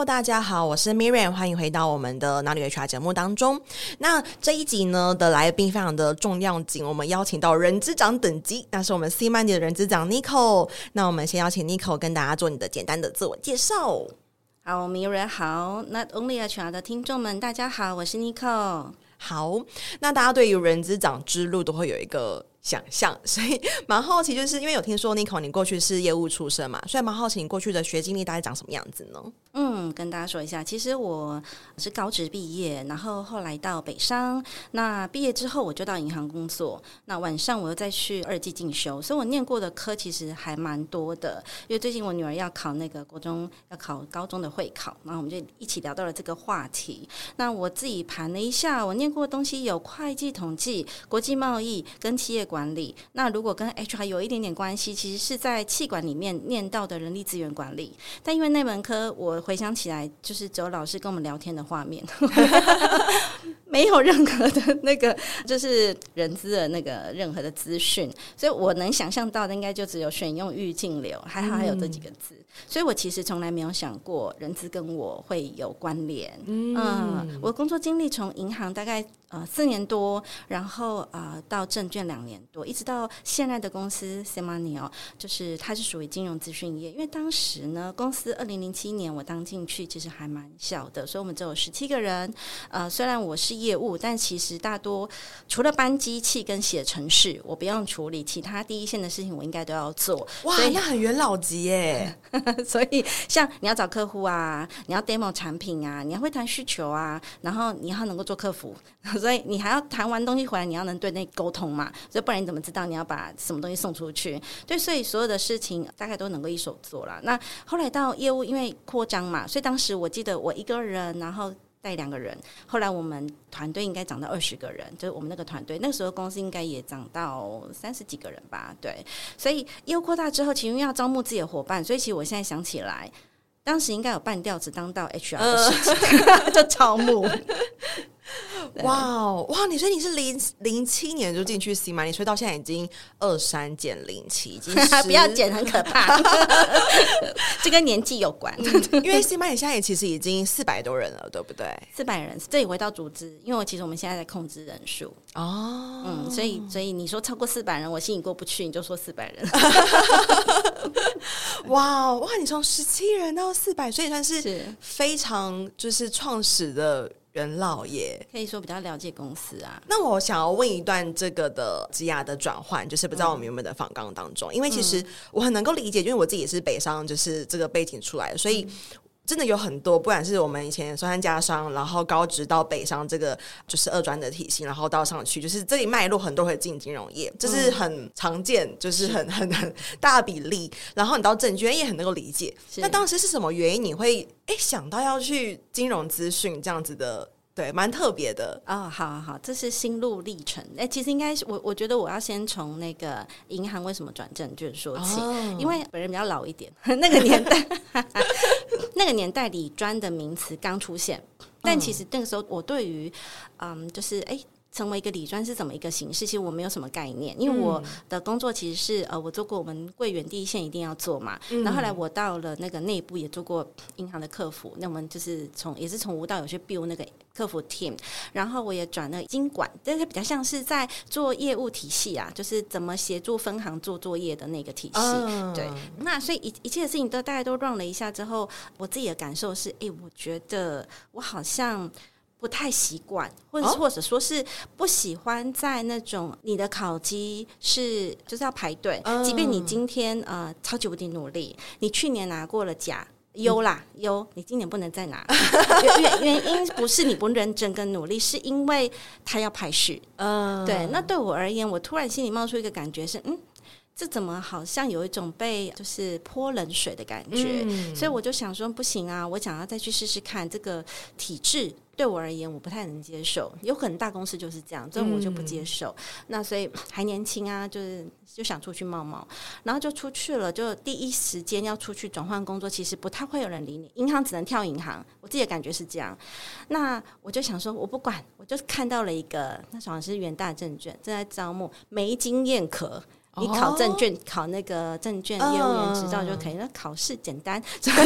Hello， 大家好，我是 Miriam， 欢迎回到我们的哪里 HR 节目当中。那这一集呢的来宾非常的重量级，我们邀请到人资长等级，那是我们 C-Money 的人资长 Nicole。那我们先邀请 Nicole 跟大家做你的简单的自我介绍。 好 Miriam 好， Not Only HR 的听众们大家好，我是 Nicole。 好，那大家对于人资长之路都会有一个想象，所以蛮好奇，就是因为有听说 Nicole 你过去是业务出身嘛，所以蛮好奇你过去的学经历大概长什么样子呢？ 跟大家说一下，其实我是高职毕业，然后后来到北商，那毕业之后我就到银行工作，那晚上我又再去2技进修，所以我念过的科其实还蛮多的。因为最近我女儿要考那个国中，要考高中的会考，然后我们就一起聊到了这个话题。那我自己盘了一下，我念过的东西有会计统计、国际贸易跟企业管理。那如果跟 HR 有一点点关系，其实是在企管里面念到的人力资源管理。但因为那门科我回想起来，就是只有老师跟我们聊天的画面，没有任何的那个就是人资的那个任何的资讯，所以我能想象到的应该就只有选用预净流，还好还有这几个字。所以我其实从来没有想过人资跟我会有关联。我的工作经历从银行大概4年多，然后到证券2年多，一直到现在的公司 C-Money 就是它是属于金融资讯业。因为当时呢，公司2007年我当进去，其实还蛮小的，所以我们只有17个人。虽然我是业务，但其实大多除了搬机器跟写程式我不用处理，其他第一线的事情我应该都要做。 哇，那很元老级耶所以像你要找客户啊，你要 demo 产品啊，你要会谈需求啊，然后你要能够做客服，所以你还要谈完东西回来，你要能对内沟通嘛，所以不然你怎么知道你要把什么东西送出去？对，所以所有的事情大概都能够一手做啦。那后来到业务，因为扩张嘛，所以当时我记得我一个人，然后带2个人，后来我们团队应该涨到20个人，就是我们那个团队，那个时候公司应该也涨到30几个人吧。对，所以业务扩大之后，其实因为要招募自己的伙伴，所以其实我现在想起来，当时应该有半调子当到 HR 的事情，就招募。 哇，所以你是07年就进去 C-Money， 所以到现在已经23减07，已经不要减，很可怕。这跟年纪有关。 因为 C-Money 现在也其实已经400多人了，对不对 ？400人，这里回到组织，因为其实我们现在在控制人数所以你说超过400人，我心里过不去，你就说400人。 哇，你从17人到400，所以算是非常就是创始的元老耶， 可以说比较了解公司啊。 那我想要问一段这个的职涯的转换，就是不知道我们有没有的访纲当中，因为其实我很能够理解，因为我自己也是北商就是这个背景出来的，所以真的有很多，不管是我们以前双三家商，然后高职到北商这个就是2专的体系，然后到上去，就是这里脉络很多会进金融业，这是很常见，就是很大比例。然后你到证券也很能够理解。那当时是什么原因你会想到要去金融资讯这样子的？对，蛮特别的好，这是心路历程。其实应该是我觉得我要先从那个银行为什么转证券说起，因为本人比较老一点，那个年代理专的名词刚出现，但其实那个时候我对于就是成为一个理专是怎么一个形式，其实我没有什么概念，因为我的工作其实是我做过我们柜员第一线一定要做嘛，然后后来我到了那个内部也做过银行的客服，那我们就是也是从无到有去 build 那个客服 team， 然后我也转了经管，这是比较像是在做业务体系啊，就是怎么协助分行做作业的那个体系。对，那所以一切的事情都大概都 run 了一下之后，我自己的感受是我觉得我好像不太习惯，或者说是不喜欢在那种你的考绩是就是要排队，即便你今天超级无敌努力，你去年拿过了甲优啦优，你今年不能再拿。原因不是你不认真跟努力，是因为他要排序。对，那对我而言，我突然心里冒出一个感觉是，这怎么好像有一种被就是泼冷水的感觉，所以我就想说不行啊，我想要再去试试看这个体制。对我而言我不太能接受，有可能大公司就是这样，这我就不接受。那所以还年轻啊，就想出去冒冒，然后就出去了，就第一时间要出去转换工作，其实不太会有人理你，银行只能跳银行，我自己的感觉是这样。那我就想说我不管，我就看到了一个那好像是元大证券正在招募没经验可你考证券，考那个证券业务员执照就可以，那考试简单。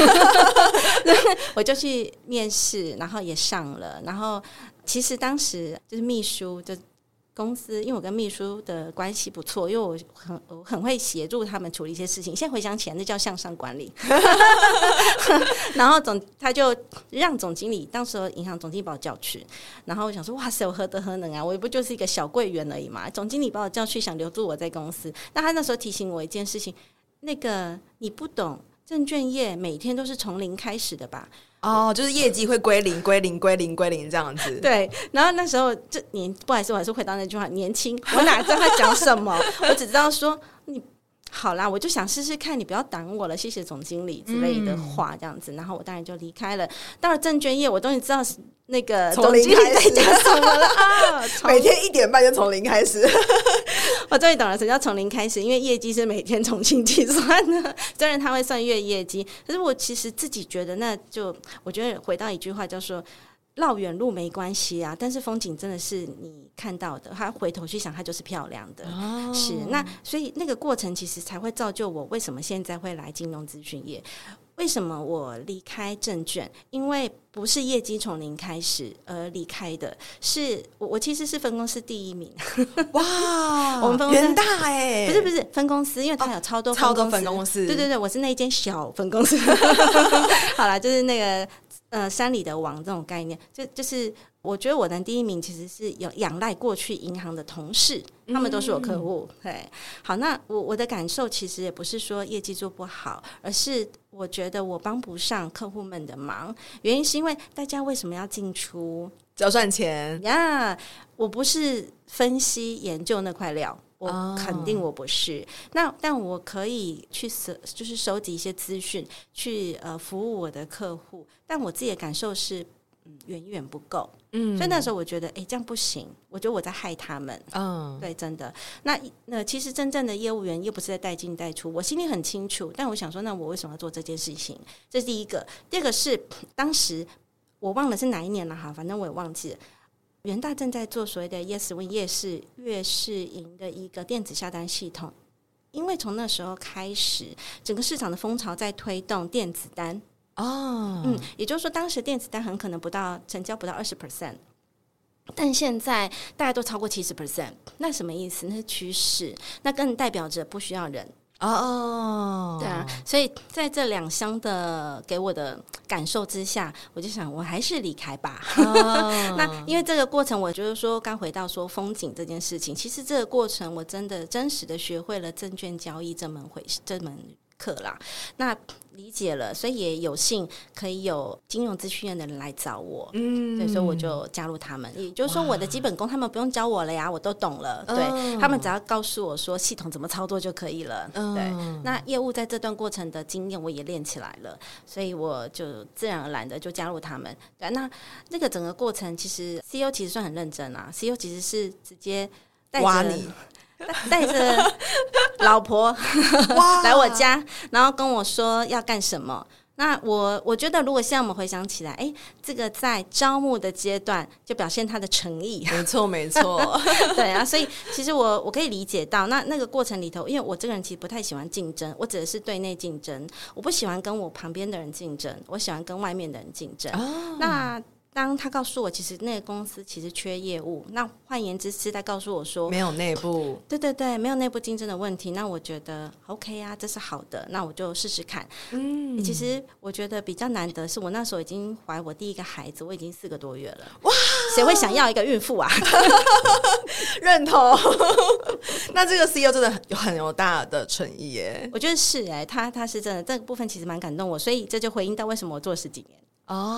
我就去面试，然后也上了。然后其实当时就是秘书就公司，因为我跟秘书的关系不错，因为我很会协助他们处理一些事情。现在回想起来，那叫向上管理。然后他就让总经理，当时银行总经理把我叫去，然后我想说，哇塞，我何德何能啊！我不就是一个小柜员而已嘛。总经理把我叫去，想留住我在公司。那他那时候提醒我一件事情，那个你不懂，证券业每天都是从零开始的吧？ 就是业绩会归零这样子。 对，然后那时候不好意思，我还是回到那句话，年轻，我哪知道他讲什么？我只知道说你好啦，我就想试试看，你不要挡我了，谢谢总经理之类的话，这样子。然后我当然就离开了。到了证券业，我终于知道那个总经理在讲什么了啊！ 每天1点半就从零开始。 我终于懂了什么叫从零开始，因为业绩是每天重新计算的。虽然他会算月业绩，可是我其实自己觉得，我觉得回到一句话叫做绕远路没关系啊，但是风景真的是你看到的，他回头去想，它就是漂亮的。是那所以那个过程其实才会造就我为什么现在会来金融资讯业。为什么我离开证券？因为不是业绩从零开始而离开的，是我其实是分公司第1名。 哇， 我们分公司元大不是分公司，因为它有超多分公司。对，我是那一间小分公司。好啦，就是那个山里的王这种概念，就是我觉得我能第1名，其实是有仰赖过去银行的同事，他们都是我客户。对，好，那我的感受其实也不是说业绩做不好，而是我觉得我帮不上客户们的忙，原因是因为大家为什么要进出？ 只要赚钱呀。我不是分析研究那块料，我肯定我不是。但我可以去就是收集一些资讯，去服务我的客户。但我自己的感受是，远远不够。所以那时候我觉得，这样不行。我觉得我在害他们。对，真的。那其实真正的业务员又不是在带进带出，我心里很清楚。但我想说，那我为什么要做这件事情？这是第一个。第二个是当时我忘了是哪一年了哈，反正我也忘记了。元大正在做所谓的 YesWin 粤世银的一个电子下单系统，因为从那时候开始，整个市场的风潮在推动电子单。也就是说，当时电子单很可能成交不到 20%， 但现在大家都超过 70%。 那什么意思？那是趋势，那更代表着不需要人。对啊，所以在这2箱的给我的感受之下，我就想我还是离开吧。那因为这个过程，我觉得说刚回到说风景这件事情，其实这个过程我真的真实的学会了证券交易这门课啦。那理解了，所以也有幸可以有金融资讯院的人来找我。对，所以我就加入他们。也就是说，我的基本功他们不用教我了呀，我都懂了。对，他们只要告诉我说系统怎么操作就可以了。对，那业务在这段过程的经验我也练起来了，所以我就自然而然的就加入他们。对，那个整个过程其实 CEO 其实算很认真啊。CEO 其实是直接带着老婆来我家，然后跟我说要干什么。那我觉得，如果现在我们回想起来，这个在招募的阶段就表现他的诚意， 没错。 对啊，所以其实我可以理解到，那个过程里头，因为我这个人其实不太喜欢竞争，我指的是对内竞争，我不喜欢跟我旁边的人竞争，我喜欢跟外面的人竞争。那当他告诉我其实那个公司其实缺业务，那换言之是在告诉我说没有内部， 对，没有内部竞争的问题，那我觉得 OK 啊，这是好的，那我就试试看。其实我觉得比较难得是我那时候已经怀我第1个孩子，我已经4个多月了。哇，谁会想要一个孕妇啊？ 认同。那这个 CEO 真的很有大的诚意耶， 我觉得是他是真的，这个部分其实蛮感动我，所以这就回应到为什么我做了10几年。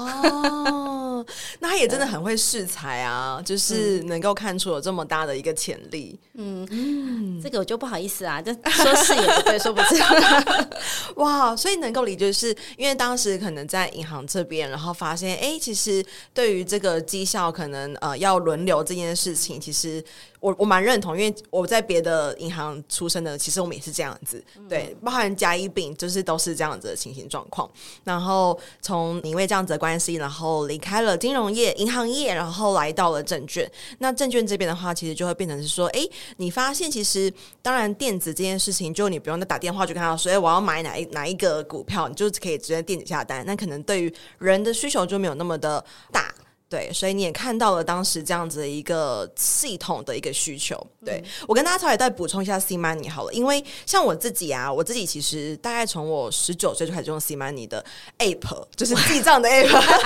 那他也真的很会识才啊，就是能够看出有这么大的一个潜力。 这个我就不好意思啊，就说是也不对，说不是。 哇，所以能够理解，是因为当时可能在银行这边，然后发现其实对于这个绩效可能要轮流这件事情，其实我蛮认同，因为我在别的银行出身的，其实我们也是这样子。对，包含甲乙丙，就是都是这样子的情形状况。然后从因为这样子的关系，然后离开了了金融业、银行业，然后来到了证券。那证券这边的话，其实就会变成是说，你发现其实当然电子这件事情，就你不用再打电话就跟他说，我要买哪一个股票，你就可以直接电子下单。那可能对于人的需求就没有那么的大。对，所以你也看到了当时这样子的一个系统的一个需求。对，我跟大家稍微再补充一下 C-Money 好了，因为像我自己其实大概从我19岁就开始用 C-Money 的 App， 就是记账的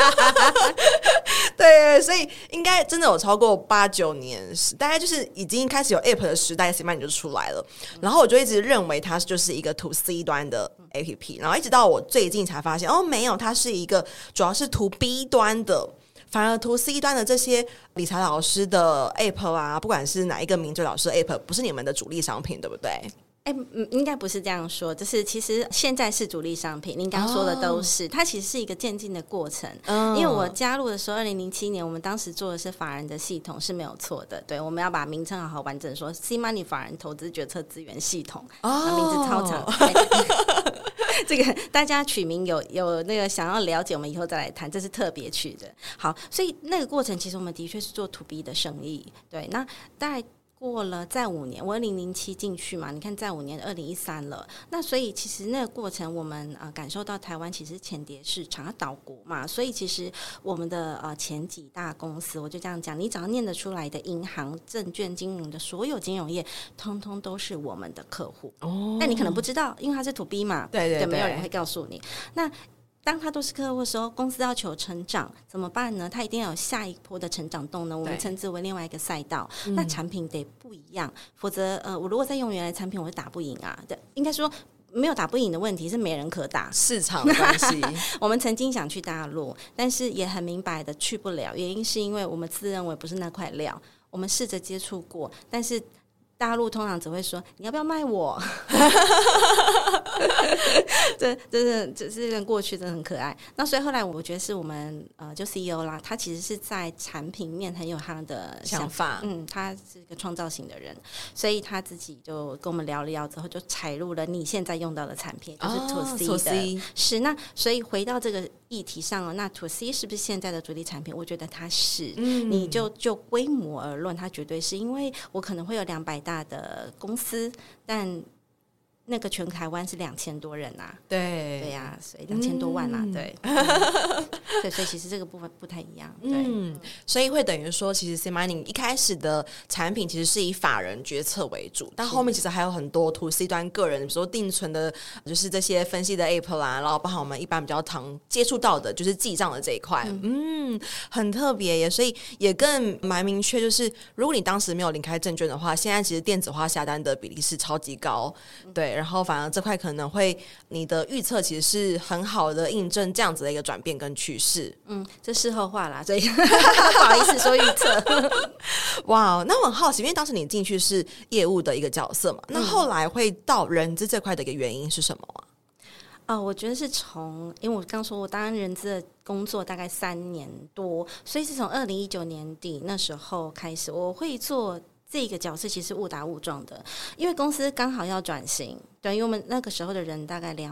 App 对，所以应该真的有超过8-9年，大概就是已经开始有 App 的时代 C-Money 就出来了。然后我就一直认为它就是一个 To C 端的 App， 然后一直到我最近才发现没有，它是一个主要是 To B 端的。反而 To C 端的这些理财老师的 App 不管是哪一个名嘴老师的 App， 不是你们的主力商品，对不对？ 应该不是这样说，就是其实现在是主力商品，您刚刚说的都是，它其实是一个渐进的过程。因为我加入的时候2007年，我们当时做的是法人的系统是没有错的，对，我们要把名称好好完整说 C-Money 法人投资决策资源系统，名字超长这个大家取名有那个想要了解，我们以后再来谈，这是特别取的。好，所以那个过程其实我们的确是做 To B 的生意，对，那大概过了再5年，我2007进去嘛，你看再5年2013了，那所以其实那个过程我们感受到台湾其实前跌市场岛国嘛，所以其实我们的前几大公司，我就这样讲，你只要念得出来的银行、证券、金融的所有金融业，通通都是我们的客户。但你可能不知道，因为它是 To B 嘛， 对， 没有人会告诉你。那当他都是客户的时候，公司要求成长怎么办呢？他一定要有下一波的成长动能，我们称之为另外一个赛道。那产品得不一样，否则我如果再用原来的产品，我就打不赢啊。应该说没有打不赢的问题，是没人可打， 市场的关系。 我们曾经想去大陆，但是也很明白的去不了，原因是因为我们自认为不是那块料。我们试着接触过，但是大陆通常只会说你要不要卖我这真的过去真的很可爱。那所以后来我觉得是我们就 CEO 啦，他其实是在产品面很有他的想法，他是一个创造型的人，所以他自己就跟我们聊了聊之后，就采入了你现在用到的产品，就是 To C 的。是，那所以回到这个议题上那 To C 是不是现在的主力产品？我觉得它是，你就规模而论，它绝对是，因为我可能会有200大的公司，但那个全台湾是2000多人啊，对呀，所以2000多万啊，对，对，所以其实这个部分不太一样，对， 所以会等于说，其实 C-Money 一开始的产品其实是以法人决策为主，但后面其实还有很多 To C 端个人，比如说定存的，就是这些分析的 App 啦，然后包含我们一般比较常接触到的，就是记账的这一块，很特别耶，所以也更蛮明确，就是如果你当时没有离开证券的话，现在其实电子化下单的比例是超级高，对。然后反而这块可能会你的预测其实是很好的印证这样子的一个转变跟趋势。 这事后话啦，所以不好意思说预测。 哇，那我很好奇，因为当时你进去是业务的一个角色嘛，那后来会到人资这块的一个原因是什么啊？ 我觉得是因为我刚说我担任人资的工作大概3年多，所以是从2019年底那时候开始，我会做这个角色其实误打误撞的，因为公司刚好要转型，对，因为我们那个时候的人大概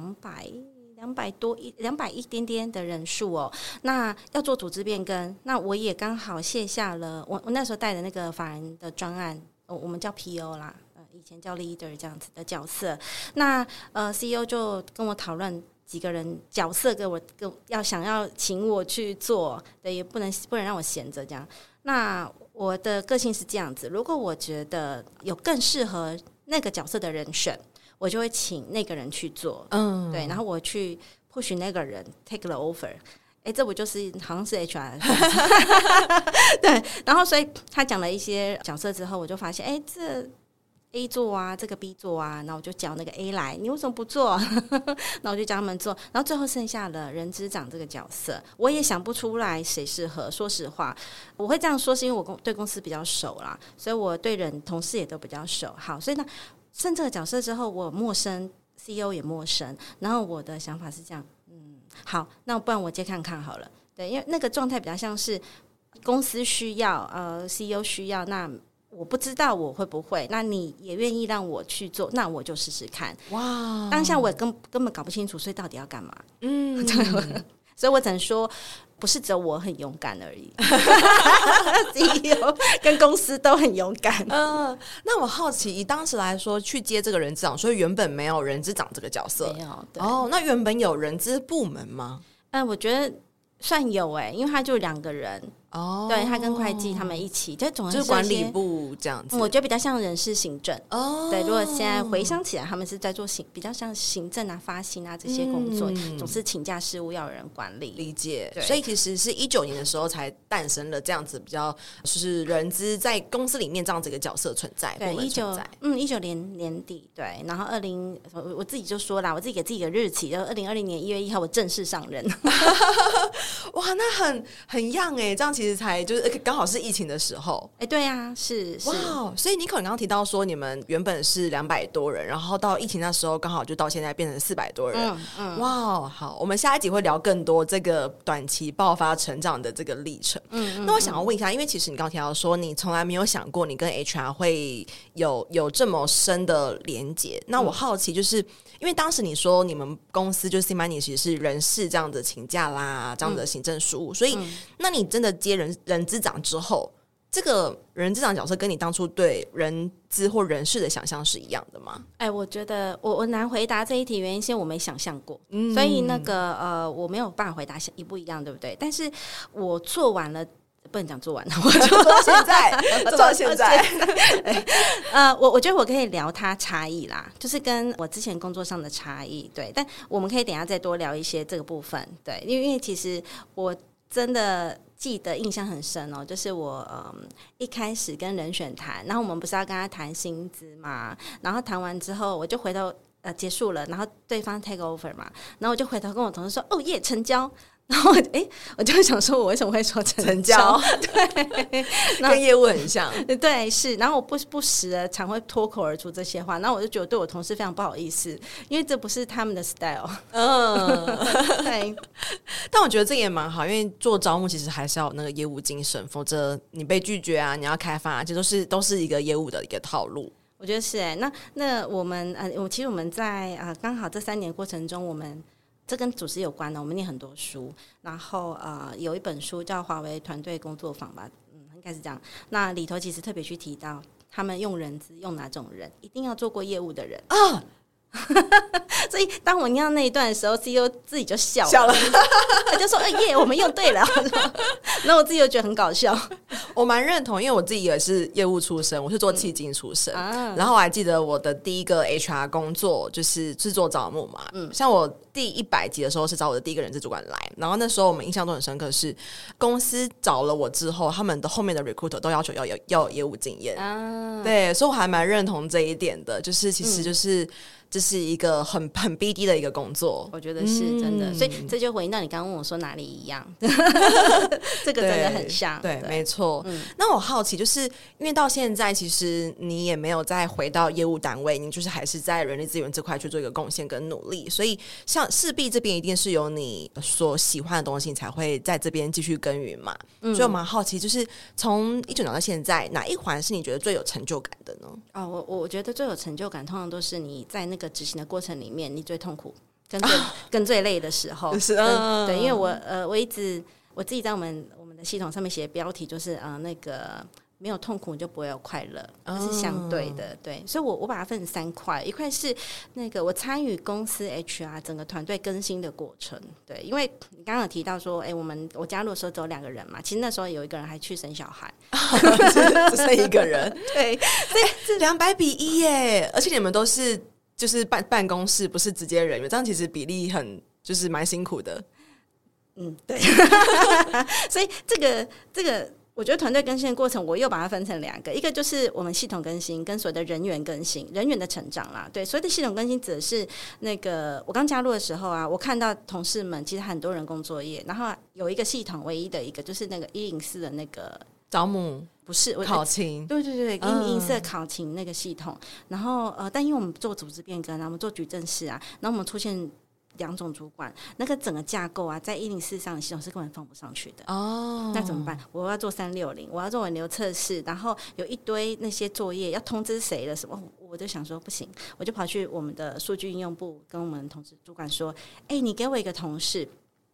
200一点点的人数那要做组织变更，那我也刚好卸下了我那时候带的那个法人的专案，我们叫 PO 啦，以前叫 leader 这样子的角色，那CEO 就跟我讨论几个人角色想要请我去做，对，也不能让我闲着这样。那我的个性是这样子，如果我觉得有更适合那个角色的人选，我就会请那个人去做，对，然后我去 push 那个人 take the offer。这我就是好像是 HR 对，然后所以他讲了一些角色之后，我就发现这A 做啊，这个 B 做啊，然后我就叫那个 A 来，你为什么不做？那我就叫他们做，然后最后剩下了人资长这个角色，我也想不出来谁适合。说实话，我会这样说是因为我对公司比较熟啦，所以我对同事也都比较熟。好，所以呢，升这个角色之后，我陌生 CEO 也陌生，然后我的想法是这样，好，那不然我接看看好了。对，因为那个状态比较像是公司需要CEO 需要，那我不知道我会不会，那你也愿意让我去做，那我就试试看。哇，当下我根本搞不清楚，所以到底要干嘛？ 所以我只能说不是只有我很勇敢而已CEO 跟公司都很勇敢。 那我好奇以当时来说去接这个人资长，所以原本没有人资长这个角色？ 没有。对那原本有人资部门吗？ 我觉得算有因为他就2个人对，他跟会计他们一起，就是管理部这样子。 我觉得比较像人事行政对，如果现在回想起来，他们是在做比较像行政啊、发薪啊这些工作，总是请假事务要有人管理。 理解。所以其实是19年的时候才诞生了这样子比较就是人资在公司里面这样子一个角色存在。 对，19年年底对，然后我自己就说啦，我自己给自己一个日期，就2020年1月1号我正式上任。 哇，那很young这样其实才就是刚好是疫情的时候。 对啊，是哇，所以Nico你刚刚提到说你们原本是200多人，然后到疫情那时候刚好就到现在变成400多人。哇，好，我们下一集会聊更多这个短期爆发成长的这个历程。那我想要问一下，因为其实你刚刚提到说你从来没有想过你跟 HR 会有这么深的连结，那我好奇就是因为当时你说你们公司就是 C-Money 其实是人事这样的请假啦，这样的行政事务，所以那你真的接人资长之后，这个人资长角色跟你当初对人资或人事的想象是一样的吗？ 我觉得我难回答这一题，原因是我没想象过，所以那个我没有办法回答一不一样，对不对？但是我做完了。不能讲做完了，我就做到现在， 做到现在。 我觉得我可以聊它差异啦，就是跟我之前工作上的差异，对。但我们可以等一下再多聊一些这个部分，对，因为其实我真的记得印象很深就是我一开始跟人选谈，然后我们不是要跟他谈薪资嘛，然后谈完之后我就回头结束了，然后对方 take over 嘛，然后我就回头跟我同事说哦耶成交。然后我就想说我为什么会说成交对， 跟业务很像对是，然后我不时的常会脱口而出这些话，然后我就觉得对我同事非常不好意思，因为这不是他们的 style 对， 但我觉得这也蛮好，因为做招募其实还是要有那个业务精神，否则你被拒绝啊，你要开发这都是一个业务的一个套路。 我觉得是那我们其实我们在刚好这3年过程中，我们这跟组织有关的，我们念很多书，然后有一本书叫《华为团队工作坊》吧，应该是这样。那里头其实特别去提到，他们用人资用哪种人，一定要做过业务的人啊。所以当我念到那一段的时候 CEO 自己就笑了他就说耶我们用对了然后我自己就觉得很搞笑。 我蛮认同，因为我自己也是业务出身，我是做企经出身然后我还记得我的第一个 HR 工作就是制作招募嘛像我第100集的时候是找我的第一个人资主管来，然后那时候我们印象都很深刻是公司找了我之后，他们的后面的 recruiter 都要求要有业务经验对，所以我还蛮认同这一点的，就是其实就是这是一个很 BD 的一个工作， 我觉得是真的所以这就回应到你刚刚问我说哪里一样这个真的很像对没错那我好奇就是因为到现在其实你也没有再回到业务单位，你就是还是在人力资源这块去做一个贡献跟努力，所以像势必这边一定是有你所喜欢的东西，你才会在这边继续耕耘嘛所以我蛮好奇就是从19年到现在哪一环是你觉得最有成就感的呢？ 我觉得最有成就感通常都是你在那个执行的过程里面你最痛苦跟最累的时候对，因为我自己在我们的系统上面写的标题就是那个没有痛苦你就不会有快乐，这是相对的对，所以我把它分成3块，一块是那个我参与公司 HR 整个团队更新的过程，对，因为你刚刚有提到说我加入的时候只有2个人嘛，其实那时候有一个人还去生小孩只剩1个人对， 所以200比1耶，而且你们都是就是办公室不是直接人员，这样其实比例就是蛮辛苦的对所以这个我觉得团队更新的过程我又把它分成2个，一个就是我们系统更新跟所谓的人员更新，人员的成长啦，对，所谓的系统更新指的是那个我刚加入的时候啊，我看到同事们其实很多人工作业，然后有一个系统唯一的一个就是那个104的那个招募不是考勤， 对104的考勤那个系统，然后但因为我们做组织变更啊，我们做矩阵式啊，然后我们出现2种主管，那个整个架构啊，在104上的系统是根本放不上去的那怎么办？我要做360，我要做稳流测试，然后有一堆那些作业要通知谁了什么，我就想说不行，我就跑去我们的数据应用部跟我们同事主管说你给我一个同事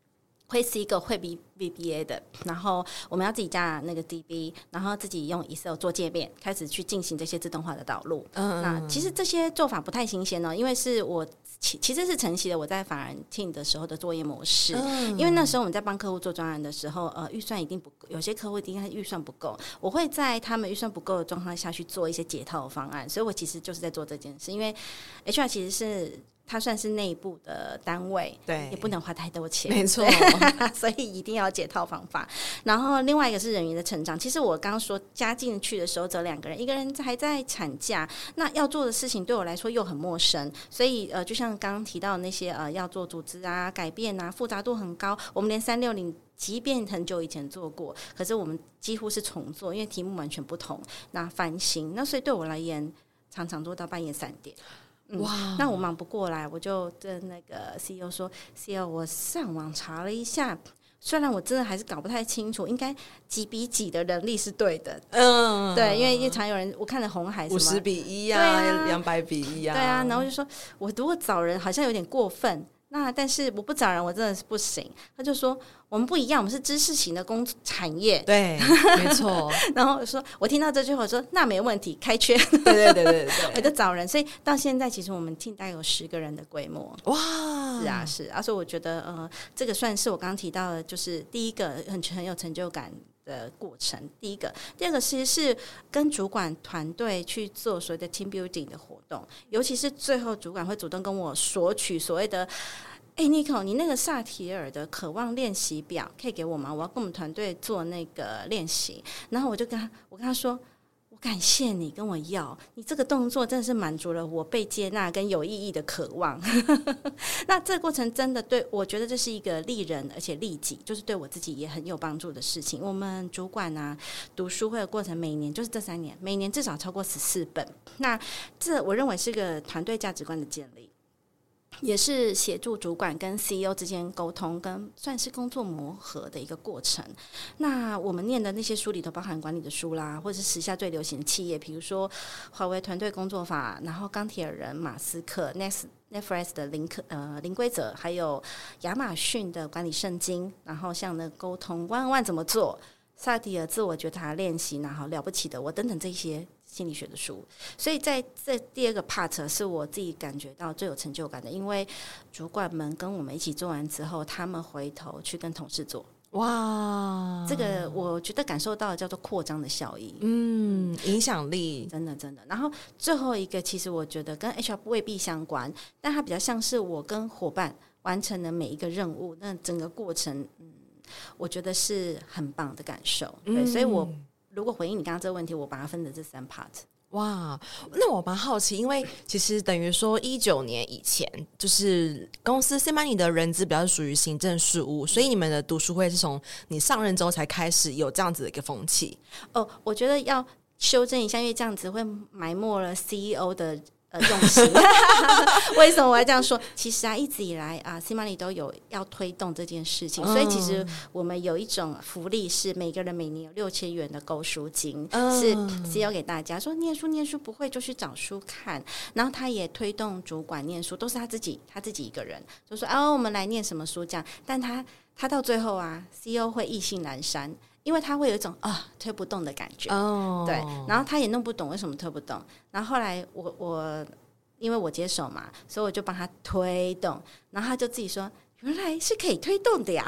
会是一个会 VBA 的，然后我们要自己加那个 DB， 然后自己用 Excel 做界面，开始去进行这些自动化的导入。那其实这些做法不太新鲜哦，因为是我其实是承袭了我在法人 team 的时候的作业模式。因为那时候我们在帮客户做专案的时候，预算一定不够，有些客户一定预算不够，我会在他们预算不够的状况下去做一些解套方案，所以我其实就是在做这件事。因为 HR 其实是它算是内部的单位， 对， 也不能花太多钱， 没错， 所以一定要解套方法。然后另外一个是人员的成长，其实我刚刚说加进去的时候只有2个人，一个人还在产假，那要做的事情对我来说又很陌生，所以就像刚刚提到的那些要做组织啊、改变啊，复杂度很高，我们连360即便很久以前做过，可是我们几乎是重做，因为题目完全不同，那翻新，那所以对我来言常常做到半夜3点。哇！那我忙不过来，我就跟那个 CEO 说 ：“CEO， 我上网查了一下，虽然我真的还是搞不太清楚，应该几比几的人力是对的。对，因为常有人我看了红海什么 50比1啊，200比1啊， 对啊，然后就说我如果找人好像有点过分。”那但是我不找人我真的是不行，他就说我们不一样，我们是知识型的产业， 对，没错。 然后说我听到这句话，我说那没问题，开缺， 对， 我就找人。所以到现在其实我们 team 大概有10个人的规模。 哇， 是啊，所以我觉得这个算是我刚刚提到的，就是第一个很有成就感的过程。第二个其实是跟主管团队去做所谓的 team building 的活动，尤其是最后主管会主动跟我索取所谓的Nico， 你那个萨提尔的渴望练习表可以给我吗？我要跟我们团队做那个练习。然后我跟他说，我感谢你跟我要，你这个动作真的是满足了我被接纳跟有意义的渴望。那这个过程真的对我觉得这是一个利人而且利己，就是对我自己也很有帮助的事情。我们主管啊读书会的过程，每年就是这3年，每年至少超过14本。那这我认为是个团队价值观的建立。也是协助主管跟 CEO 之间沟通跟算是工作磨合的一个过程。那我们念的那些书里头包含管理的书啦，或者是时下最流行的企业，比如说华为团队工作法，然后钢铁人马斯克 Netflix 的零规则，还有亚马逊的管理圣经，然后像那沟通1on1怎么做，萨提尔自我觉察练习，然后了不起的我等等这些心理学的书。所以在这第2个 part 是我自己感觉到最有成就感的，因为主管们跟我们一起做完之后，他们回头去跟同事做。哇，这个我觉得感受到的叫做扩张的效益， 影响力真的。然后最后一个其实我觉得跟 HR 未必相关，但它比较像是我跟伙伴完成了每一个任务，那整个过程我觉得是很棒的感受。对，所以我如果回应你刚刚这个问题，我把它分成这3 part。 哇，那我蛮好奇，因为其实等于说19年以前，就是公司 Seemani 的人资比较属于行政事务，所以你们的读书会是从你上任之后才开始有这样子的一个风气。 我觉得要修正一下，因为这样子会埋没了 CEO 的用心。为什么我要这样说？其实一直以来Seemani 都有要推动这件事情，所以其实我们有一种福利是每个人每年有6000元的购书金，是 CEO 给大家说念书不会就去找书看，然后他也推动主管念书，都是他自己一个人，就说我们来念什么书这样，但他到最后CEO 会意兴阑珊。因为他会有一种推不动的感觉，对，然后他也弄不懂为什么推不动，然后后来我因为我接手嘛，所以我就帮他推动，然后他就自己说原来是可以推动的呀。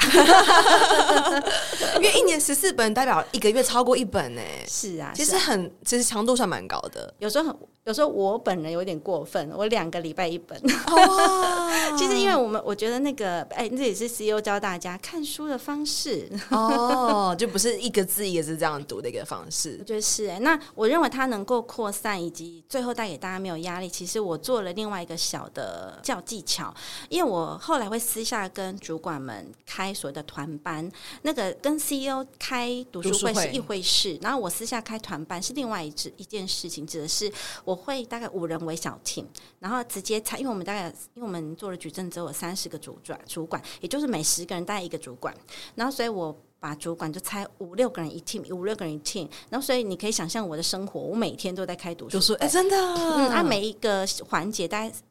因为1年14本代表1个月超过1本是啊， 其实强度算蛮高的， 有时候我本人有点过分，我2个礼拜1本。其实因为我觉得那个这也是 CEO 教大家看书的方式。 就不是一个字一个字这样读的一个方式。 我觉得是那我认为它能够扩散，以及最后带给大家没有压力。其实我做了另外一个小的技巧，因为我后来会私下跟主管们开所谓的团班，那个跟 CEO 开读书会是一回事，然后我私下开团班是另外一件事情，指的是我会大概5人为小 team， 然后直接因为我们做了矩阵之后有30个主管，也就是每10个人带1个主管，然后所以我把主管就拆5-6个人一 team，5-6个人一 team， 然后所以你可以想象我的生活，我每天都在开读书会， 真的， 每一个环节大概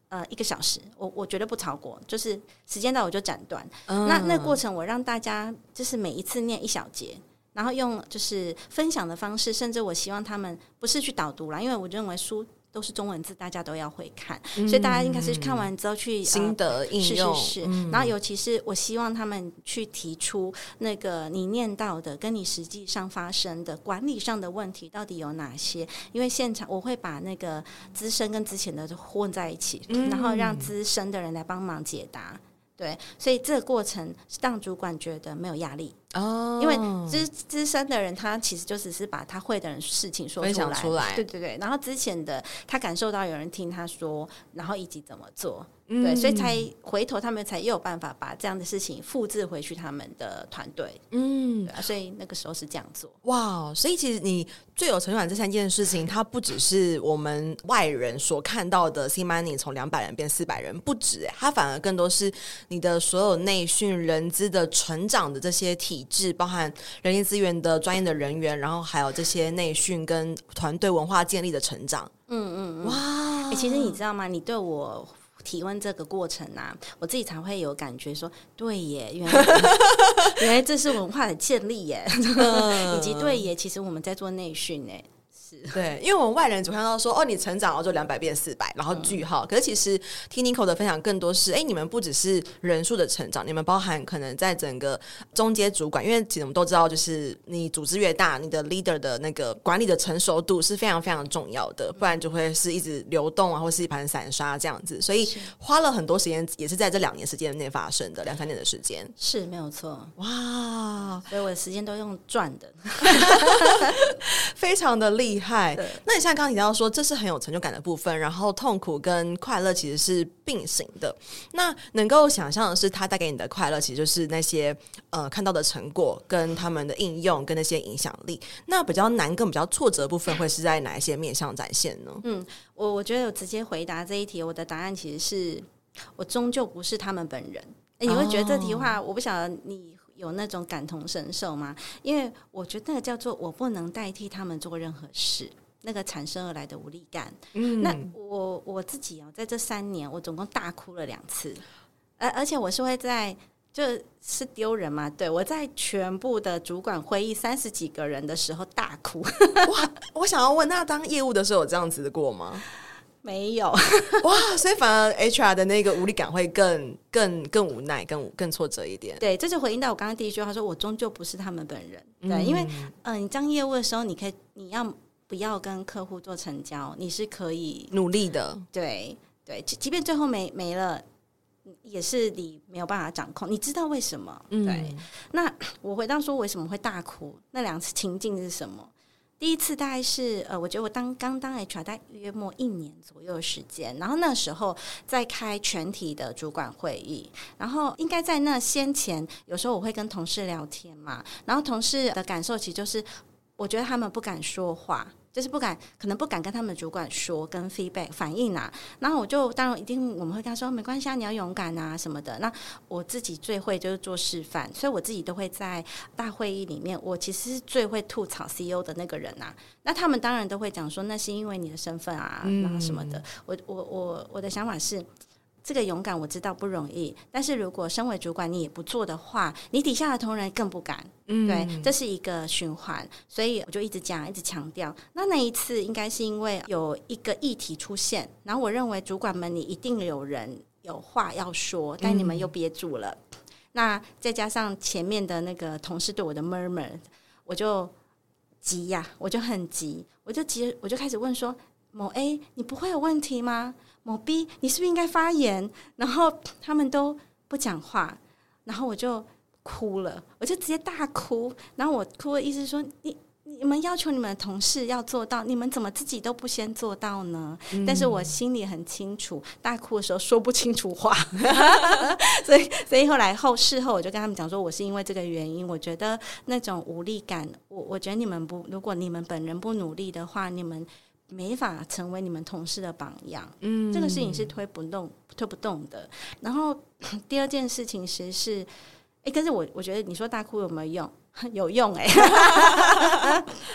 1个小时，我绝对不超过，就是时间到我就斩断。那过程我让大家就是每一次念1小节，然后用就是分享的方式，甚至我希望他们不是去导读啦，因为我认为书都是中文字，大家都要会看，所以大家应该是看完之后去心得应用， 是。然后尤其是我希望他们去提出那个你念到的跟你实际上发生的管理上的问题到底有哪些，因为现场我会把那个资深跟之前的混在一起，然后让资深的人来帮忙解答。对，所以这个过程让主管觉得没有压力因为资深的人他其实就只是把他会的人事情说分享出来， 对对对，然后之前的他感受到有人听他说，然后以及怎么做，对，所以才回头他们才又有办法把这样的事情复制回去他们的团队，对所以那个时候是这样做。 哇，所以其实你最有成就感这3件事情，它不只是我们外人所看到的 C-Money 从200人变400人，不止它反而更多是你的所有内训人资的成长的这些体制，包含人力资源的专业的人员，然后还有这些内训跟团队文化建立的成长。哇， 其实你知道吗？你对我提问这个过程啊，我自己才会有感觉说，对耶，原来这是文化的建立耶，以及对耶，其实我们在做内训耶。 对，因为我们外人只看到说你成长了就200变400，然后句号。可是其实听 Nico 的分享更多是，你们不只是人数的成长，你们包含可能在整个中阶主管，因为其实我们都知道，就是你组织越大，你的 leader 的那个管理的成熟度是非常非常重要的，不然就会是一直流动啊，或是一盘散沙这样子。所以花了很多时间，也是在这2年时间内发生的，2-3年的时间， 是没有错。 哇， 所以我的时间都用赚的， 非常的厉害。那你像刚刚提到说这是很有成就感的部分，然后痛苦跟快乐其实是并行的，那能够想象的是他带给你的快乐其实就是那些看到的成果跟他们的应用跟那些影响力，那比较难跟比较挫折的部分会是在哪一些面向展现呢？ 我觉得我直接回答这一题，我的答案其实是我终究不是他们本人。你会觉得这题话我不晓得你有那种感同身受吗？因为我觉得那个叫做我不能代替他们做任何事，那个产生而来的无力感。那我自己在这3年我总共大哭了2次，而且我是会在就是丢人嘛，对，我在全部的主管会议30几个人的时候大哭。 哇，我想要问，那当业务的时候有这样子的过吗？ 没有。 哇，所以反而 HR 的那个无力感会更无奈，更挫折一点。 对，这就回应到我刚刚第一句话，说我终究不是他们本人。对，因为你当业务的时候，你要不要跟客户做成交，你是可以努力的。 对对，即便最后没了，也是你没有办法掌控。你知道为什么？对。那我回到说为什么会大哭，那2次情境是什么？第一次大概是我觉得我刚当 HR 大概约莫1年左右的时间，然后那时候在开全体的主管会议，然后应该在那先前，有时候我会跟同事聊天嘛，然后同事的感受其实就是我觉得他们不敢说话，就是可能不敢跟他们的主管说，跟 feedback 反应啊。然后我就当然一定我们会跟他说没关系啊，你要勇敢啊什么的。那我自己最会就是做示范，所以我自己都会在大会议里面，我其实是最会吐槽 CEO 的那个人啊。那他们当然都会讲说，那是因为你的身份啊，然后什么的。我的想法是，这个勇敢我知道不容易，但是如果身为主管你也不做的话，你底下的同仁更不敢。对，这是一个循环，所以我就一直讲，一直强调。那一次应该是因为有一个议题出现，然后我认为主管们你一定有人有话要说，但你们又憋住了。那再加上前面的那个同事对我的 murmur， 我就急呀，我就很急，我就开始问说，某 A 你不会有问题吗？某 B 你是不是应该发言？然后他们都不讲话，然后我就哭了，我就直接大哭。然后我哭的意思是说，你们要求你们的同事要做到，你们怎么自己都不先做到呢？但是我心里很清楚，大哭的时候说不清楚话。所以事后我就跟他们讲说，我是因为这个原因，我觉得那种无力感，我觉得如果你们本人不努力的话，你们没法成为你们同事的榜样。这个事情是推不动的。然后第二件事情是可是我觉得你说大哭有没有用？有用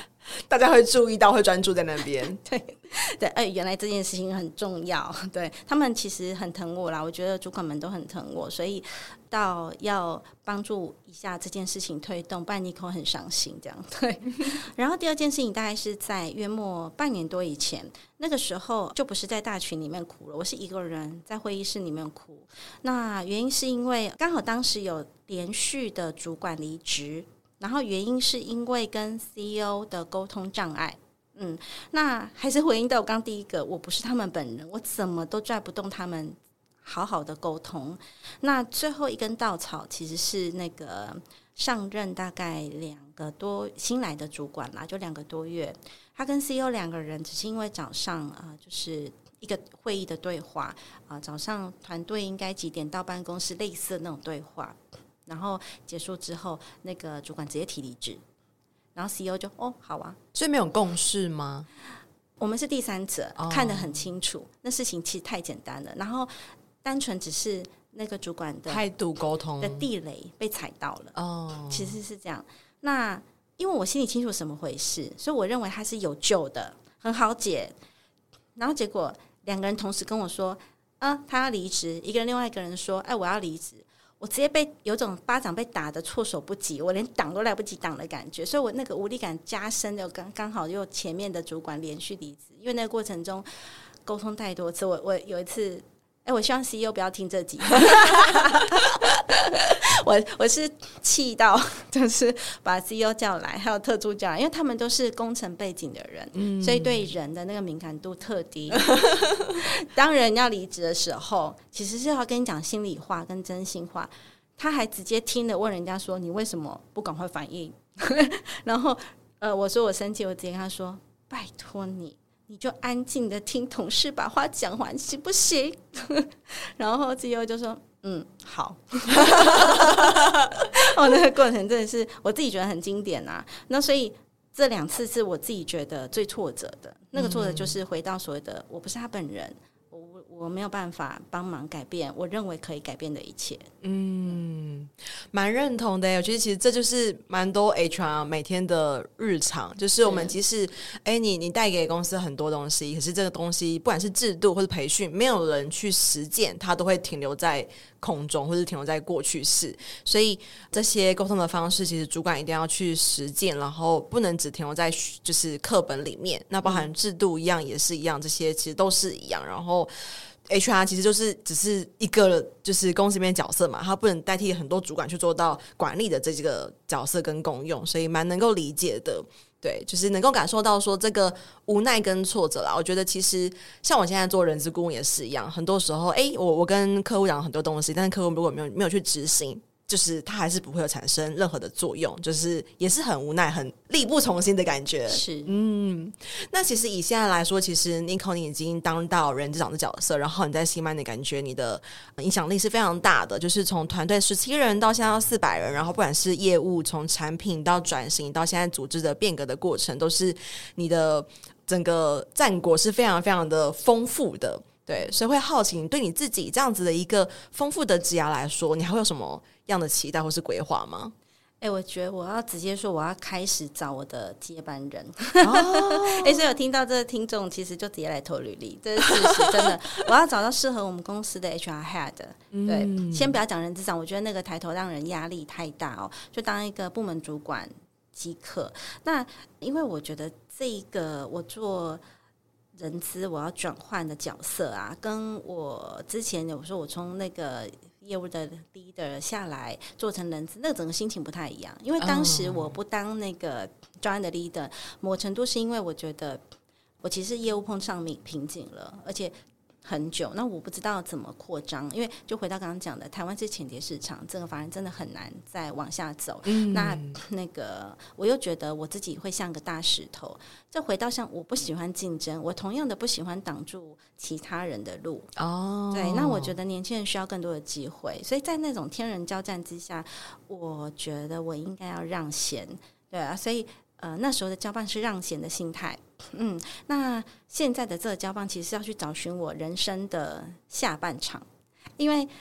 大家会注意到，会专注在那边。 对，原来这件事情很重要。对，他们其实很疼我啦，我觉得主管们都很疼我，所以到要帮助一下这件事情推动，不然Nico很伤心这样。对，然后第二件事情大概是在约莫半年多以前，那个时候就不是在大群里面哭了，我是一个人在会议室里面哭。那原因是因为刚好当时有连续的主管离职，然后原因是因为跟 CEO 的沟通障碍。那还是回应到我刚第一个，我不是他们本人，我怎么都拽不动他们好好的沟通。那最后一根稻草其实是那个上任大概2个多新来的主管啦，就2个多月，他跟 CEO 2个人只是因为早上就是一个会议的对话早上团队应该几点到办公室，类似的那种对话，然后结束之后，那个主管直接提离职。然后 CEO 就好啊， 所以没有共识吗？ 我们是第三者，看得很清楚，那事情其实太简单了。然后单纯只是那个主管的态度沟通的地雷被踩到了其实是这样。那因为我心里清楚什么回事，所以我认为他是有救的，很好解。然后结果2个人同时跟我说他要离职，另外一个人说我要离职。我直接有种巴掌被打的措手不及，我连挡都来不及挡的感觉，所以我那个无力感加深的，刚好又前面的主管连续离职，因为那个过程中沟通太多次，我有一次，我希望 CEO 不要听这集，我是气到就是把 CEO 叫来，还有特助叫来，因为他们都是工程背景的人，所以对人的那个敏感度特低。当人要离职的时候，其实是要跟你讲心里话跟真心话，他还直接听了问人家说你为什么不赶快反应然后我说我生气，我直接跟他说拜托你就安静的听同事把话讲完行不行然后 CEO 就说好那个过程真的是我自己觉得很经典啊。那所以这2次是我自己觉得最挫折的，那个挫折就是回到所谓的我不是他本人，我没有办法帮忙改变我认为可以改变的一切。 蛮认同的。我觉得其实这就是蛮多 HR 每天的日常，就是我们即使你带给公司很多东西，可是这个东西不管是制度或是培训，没有人去实践，它都会停留在空中或是停留在过去式。所以这些沟通的方式其实主管一定要去实践，然后不能只停留在就是课本里面，那包含制度一样也是一样，这些其实都是一样。然后HR 其实就是只是一个就是公司里面的角色嘛，他不能代替很多主管去做到管理的这个角色跟功用，所以蛮能够理解的。对，就是能够感受到说这个无奈跟挫折啦。我觉得其实像我现在做人资顾问也是一样，很多时候我跟客户讲很多东西，但是客户如果没有去执行，就是它还是不会有产生任何的作用，就是也是很无奈很力不从心的感觉。 是那其实以现在来说，其实 Nico 你已经当到人资长的角色，然后你在新麦的感觉你的影响力是非常大的，就是从团队17人到现在到400人，然后不管是业务从产品到转型到现在组织的变革的过程，都是你的整个战果是非常非常的丰富的。对，所以会好奇你对你自己这样子的一个丰富的职涯来说，你还会有什么样的期待或是规划吗？ 我觉得我要直接说我要开始找我的接班人所以我听到这个听众其实就直接来投履历，这是事实，真的我要找到适合我们公司的 HR head。 对，先不要讲人资长，我觉得那个抬头让人压力太大就当一个部门主管即可。那因为我觉得这个我做人资我要转换的角色跟我之前有说我从那个业务的 leader 下来做成人资，那个整个心情不太一样。因为当时我不当那个专案的 leader， 某程度是因为我觉得我其实业务碰上瓶颈了，而且很久，那我不知道怎么扩张，因为就回到刚刚讲的，台湾是潜跌市场，这个法人真的很难再往下走。那个我又觉得我自己会像个大石头，这回到像我不喜欢竞争，我同样的不喜欢挡住其他人的路。对，那我觉得年轻人需要更多的机会，所以在那种天人交战之下，我觉得我应该要让贤。对啊，所以那时候的交棒是让贤的心态。那现在的这个交棒其实是要去找寻我人生的下半场，因为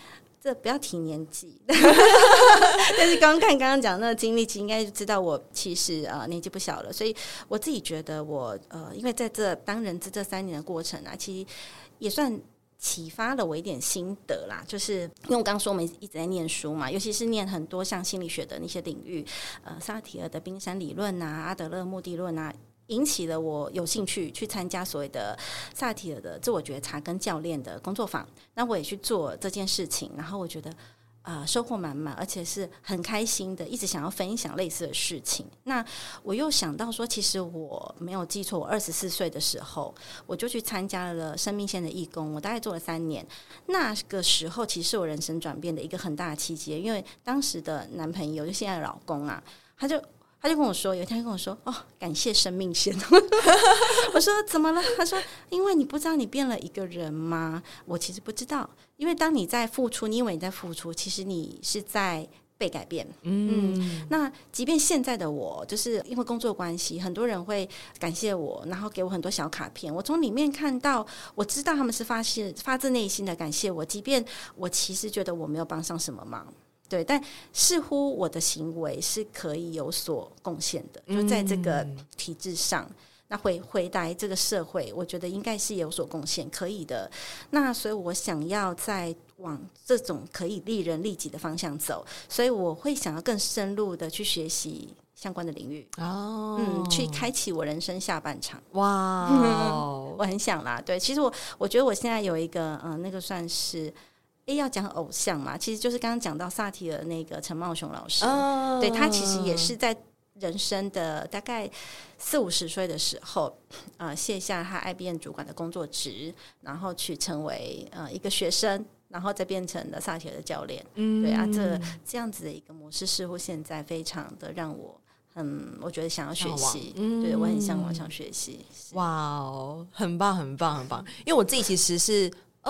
这不要提年纪但是刚刚讲那个经历，其实应该就知道我其实年纪不小了，所以我自己觉得我因为在这当人资这3年的过程啊，其实也算启发了我一点心得啦，就是因为我刚刚说我们一直在念书嘛，尤其是念很多像心理学的那些领域，萨提尔的冰山理论啊，阿德勒目的论啊，引起了我有兴趣去参加所谓的萨提尔的自我觉察跟教练的工作坊，那我也去做这件事情，然后我觉得收获满满，而且是很开心的，一直想要分享类似的事情。那我又想到说，其实我没有记错，我24岁的时候我就去参加了生命线的义工，我大概做了3年。那个时候其实是我人生转变的一个很大的契机，因为当时的男朋友就现在的老公啊，他就跟我说，有一天他跟我说，感谢生命线我说怎么了？他说因为你不知道你变了一个人吗？我其实不知道，因为当你在付出，你以为你在付出，其实你是在被改变。那即便现在的我，就是因为工作关系，很多人会感谢我，然后给我很多小卡片，我从里面看到，我知道他们是发自内心的感谢我，即便我其实觉得我没有帮上什么忙，对，但似乎我的行为是可以有所贡献的，就在这个体制上，那回来这个社会，我觉得应该是有所贡献，可以的。那所以我想要再往这种可以利人利己的方向走，所以我会想要更深入的去学习相关的领域去开启我人生下半场。 哇我很想啦，对，其实我觉得我现在有一个那个算是要讲偶像嘛，其实就是刚刚讲到萨提尔那个陈茂雄老师，对，他其实也是在人生的大概40-50岁的时候，卸下他 IBM 主管的工作职，然后去成为一个学生，然后再变成了萨提尔的教练。对啊，这样子的一个模式，似乎现在非常的让我我觉得想要学习，对，我很向往想学习。 哇哦，很棒很棒很棒！因为我自己其实是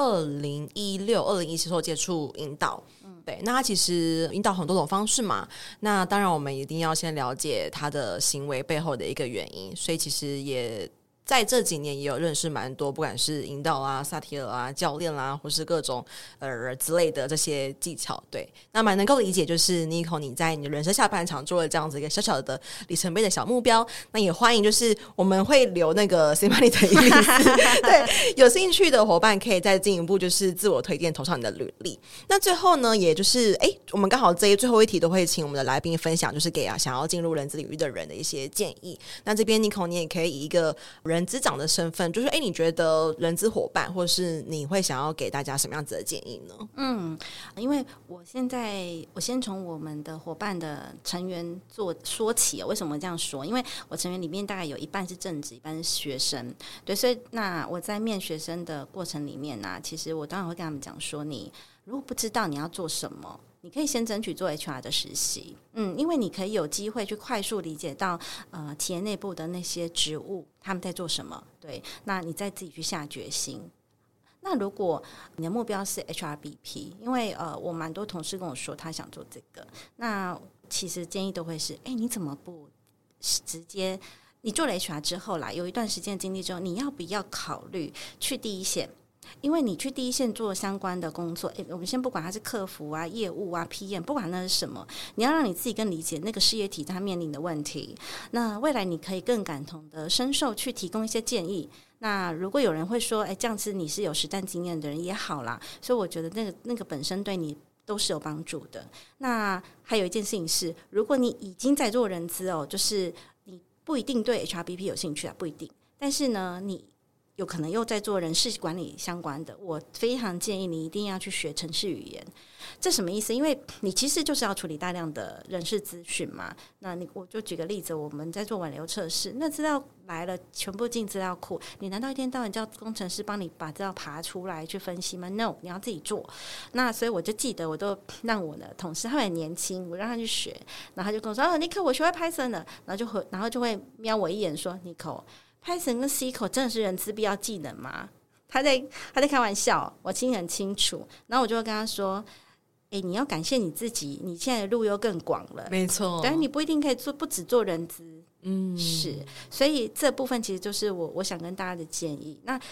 2016、2017时候接触引导，对，那他其实引导很多种方式嘛，那当然我们一定要先了解他的行为背后的一个原因，所以其实也在这几年也有认识蛮多，不管是引导啊、萨提尔啊、教练啦、或是各种之类的这些技巧。对，那蛮能够理解，就是 Nico 你在你的人生下半场做了这样子一个小小的里程碑的小目标。那也欢迎，就是我们会留那个 Simani 的104对，有兴趣的伙伴可以再进一步就是自我推荐，投上你的履历。那最后呢，也就是我们刚好这最后一题都会请我们的来宾分享，就是给想要进入人资领域的人的一些建议。那这边 Nico 你也可以以一个人资长的身份，就是你觉得人资伙伴或是你会想要给大家什么样子的建议呢？ 因为我先从我们的伙伴的成员说起。为什么这样说？因为我成员里面大概有一半是正职，一半是学生，对，所以那我在面学生的过程里面呢，其实我当然会跟他们讲说，你如果不知道你要做什么，你可以先争取做 HR 的实习，因为你可以有机会去快速理解到企业内部的那些职务他们在做什么，对，那你再自己去下决心。那如果你的目标是 HRBP， 因为我蛮多同事跟我说他想做这个，那其实建议都会是，你怎么不直接你做了 HR 之后啦，有一段时间经历之后，你要不要考虑去第一线？因为你去第一线做相关的工作，我们先不管它是客服啊、业务啊、PM， 不管那是什么，你要让你自己更理解那个事业体它面临的问题。那未来你可以更感同的身受，去提供一些建议。那如果有人会说，这样子你是有实战经验的人也好啦，所以我觉得那个本身对你都是有帮助的。那还有一件事情是，如果你已经在做人资就是你不一定对 HRBP 有兴趣啊，不一定，但是呢，你有可能又在做人事管理相关的，我非常建议你一定要去学程式语言。这什么意思？因为你其实就是要处理大量的人事资讯嘛。那我就举个例子，我们在做挽留测试，那资料来了全部进资料库，你难道一天到晚叫工程师帮你把资料爬出来去分析吗？ No， 你要自己做。那所以我就记得，我都让我的同事，他很年轻，我让他去学，然后他就跟我说Nico 我学会 Python 了，然后就会瞄我一眼说 Nico Python 跟 SQL 真的是人资必要技能吗？他在开玩笑，我心里很清楚。然后我就会跟他说，你要感谢你自己，你现在的路又更广了， 没错， 但是你不一定可以不只做人资，是，所以这部分其实就是我想跟大家的建议。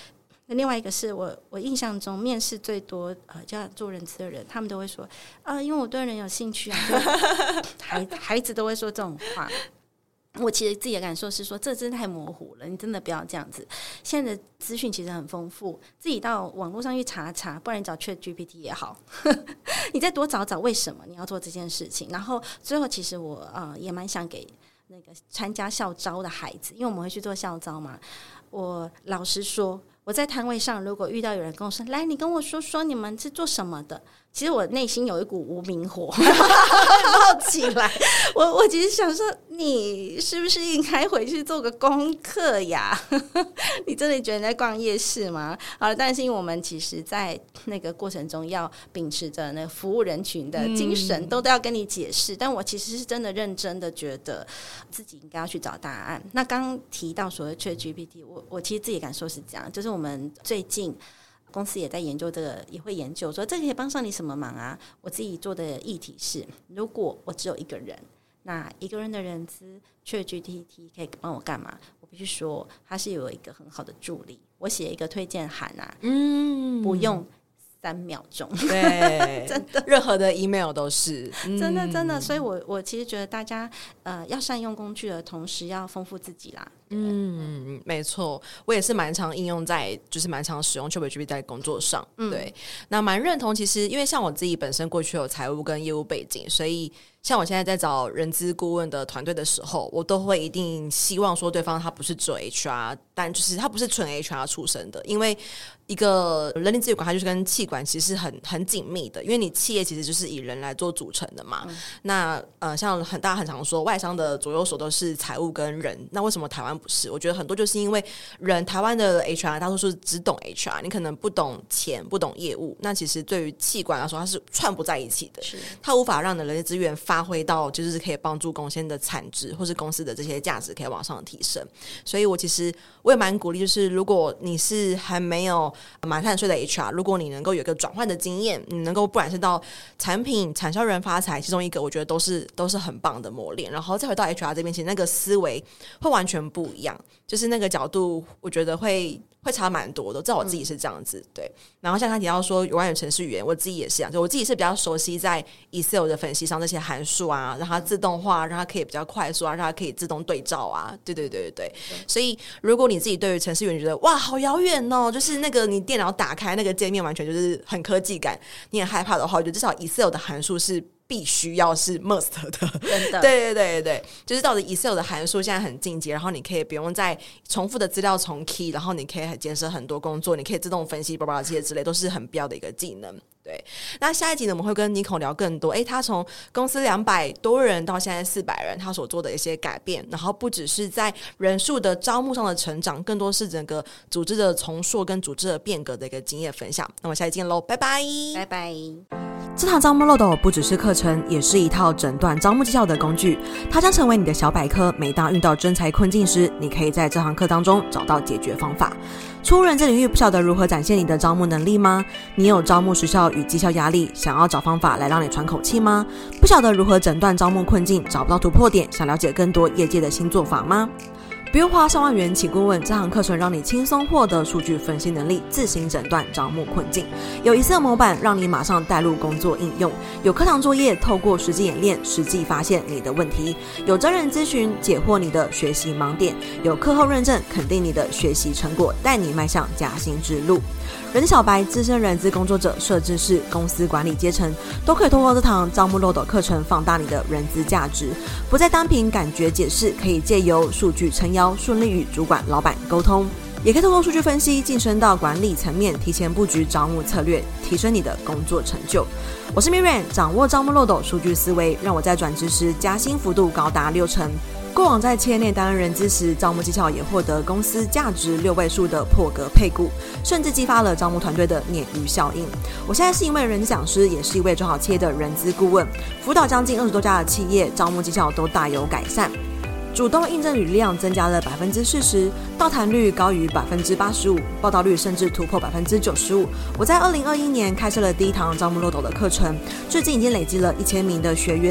另外一个是我印象中面试最多叫做人资的人，他们都会说因为我对人有兴趣啊，孩子都会说这种话。我其实自己的感受是说，这真的太模糊了，你真的不要这样子。现在的资讯其实很丰富，自己到网络上去查查，不然你找 ChatGPT 也好，你再多找找为什么你要做这件事情。然后最后，其实我也蛮想给那个参加校招的孩子，因为我们会去做校招嘛。我老实说，我在摊位上如果遇到有人跟我说，来，你跟我说说你们是做什么的，其实我内心有一股无名火冒起来。我其实想说，你是不是应该回去做个功课呀？你真的觉得你在逛夜市吗？好，但是因为我们其实在那个过程中要秉持着那个服务人群的精神，都要跟你解释。但我其实是真的认真的觉得自己应该要去找答案。那刚刚提到所谓 ChatGPT， 我其实自己感受是这样，就是我们最近公司也在研究这个，也会研究说这个可以帮上你什么忙啊。我自己做的议题是，如果我只有一个人，那一个人的人资 ChatGPT 可以帮我干嘛？我必须说，它是有一个很好的助力。我写一个推荐函啊，不用3秒钟， 对， 真的， 任何的 email 都是真的。所以我其实觉得大家要善用工具的同时，要丰富自己啦。 没错，我也是蛮常应用在，就是蛮常使用 ChatGPT 在工作上。对，那蛮认同。其实因为像我自己本身过去有财务跟业务背景，所以像我现在在找人资顾问的团队的时候，我都会一定希望说对方他不是只有 HR， 但就是他不是纯 HR 出身的，因为一个人力资源管它就是跟企管其实很紧密的，因为你企业其实就是以人来做组成的嘛。那像大家很常说外商的左右手都是财务跟人，那为什么台湾不是？我觉得很多就是因为台湾的 HR 大多数只懂 HR， 你可能不懂钱不懂业务，那其实对于企管来说它是串不在一起的，它无法让你的人力资源发挥到就是可以帮助公司的产值或是公司的这些价值可以往上提升。所以我也蛮鼓励，就是如果你是还没有满30岁的 HR， 如果你能够有一个转换的经验，你能够不管是到产品产销人发财其中一个，我觉得都是很棒的磨练，然后再回到 HR 这边，其实那个思维会完全不一样，就是那个角度我觉得会差蛮多的，至少我自己是这样子。对，然后像他提到说有关于程式语言，我自己也是这样，就我自己是比较熟悉在 Excel 的分析上这些函数啊，让它自动化，让它可以比较快速啊，让它可以自动对照啊，对。所以如果你自己对于程式语言觉得哇好遥远哦，就是那个你电脑打开那个界面完全就是很科技感，你很害怕的话，我觉得至少 Excel 的函数是必须要是 must 的， 真的， 对，就是到底 Excel 的函数现在很进阶，然后你可以不用再重复的资料重 key， 然后你可以节省很多工作，你可以自动分析这些之类，都是很必要的一个技能。对，那下一集呢，我们会跟 Nico 聊更多，他从公司200多人到现在400人，他所做的一些改变，然后不只是在人数的招募上的成长，更多是整个组织的重塑跟组织的变革的一个经验分享。那我们下期见喽，拜拜， 拜拜。 这堂招募漏斗不只是课程，也是一套诊断招募绩效的工具，它将成为你的小百科。每当遇到真才困境时，你可以在这堂课当中找到解决方法。初入人资领域，不晓得如何展现你的招募能力吗？你有招募时效与绩效压力，想要找方法来让你喘口气吗？不晓得如何诊断招募困境，找不到突破点，想了解更多业界的新做法吗？不用花上万元请顾问，这堂课程让你轻松获得数据分析能力，自行诊断招募困境。有Excel模板让你马上带入工作应用，有课堂作业透过实际演练，实际发现你的问题，有真人咨询解惑你的学习盲点，有课后认证肯定你的学习成果，带你迈向加薪之路。人资小白、资深人资工作者、设置师、公司管理阶层，都可以透过这堂招募漏斗课程放大你的人资价值，不再单凭感觉解释，可以借由数据撑腰，顺利与主管、老板沟通，也可以透过数据分析晋升到管理层面，提前布局招募策略，提升你的工作成就。我是 Miriam， 掌握招募漏斗数据思维，让我在转职时加薪幅度高达60%。过往在企业内担任人资时，招募绩效也获得公司价值6位数的破格配股，甚至激发了招募团队的鲶鱼效应。我现在是一位人资讲师，也是一位中小企业的人资顾问，辅导将近20多家的企业，招募绩效都大有改善。主动应征履历量增加了40%，到谈率高于85%，报到率甚至突破95%。我在2021年开设了第一堂招募漏斗的课程，至今已经累积了1000名的学员。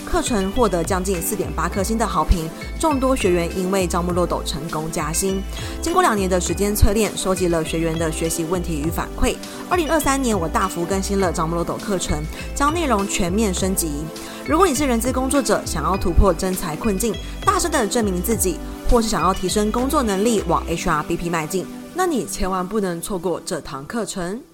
课程获得将近4.8颗星的好评，众多学员因为招募漏斗成功加薪。经过2年的时间淬炼，收集了学员的学习问题与反馈，2023年我大幅更新了招募漏斗课程，将内容全面升级。如果你是人资工作者，想要突破征才困境，大声的证明自己，或是想要提升工作能力，往 HRBP 迈进，那你千万不能错过这堂课程。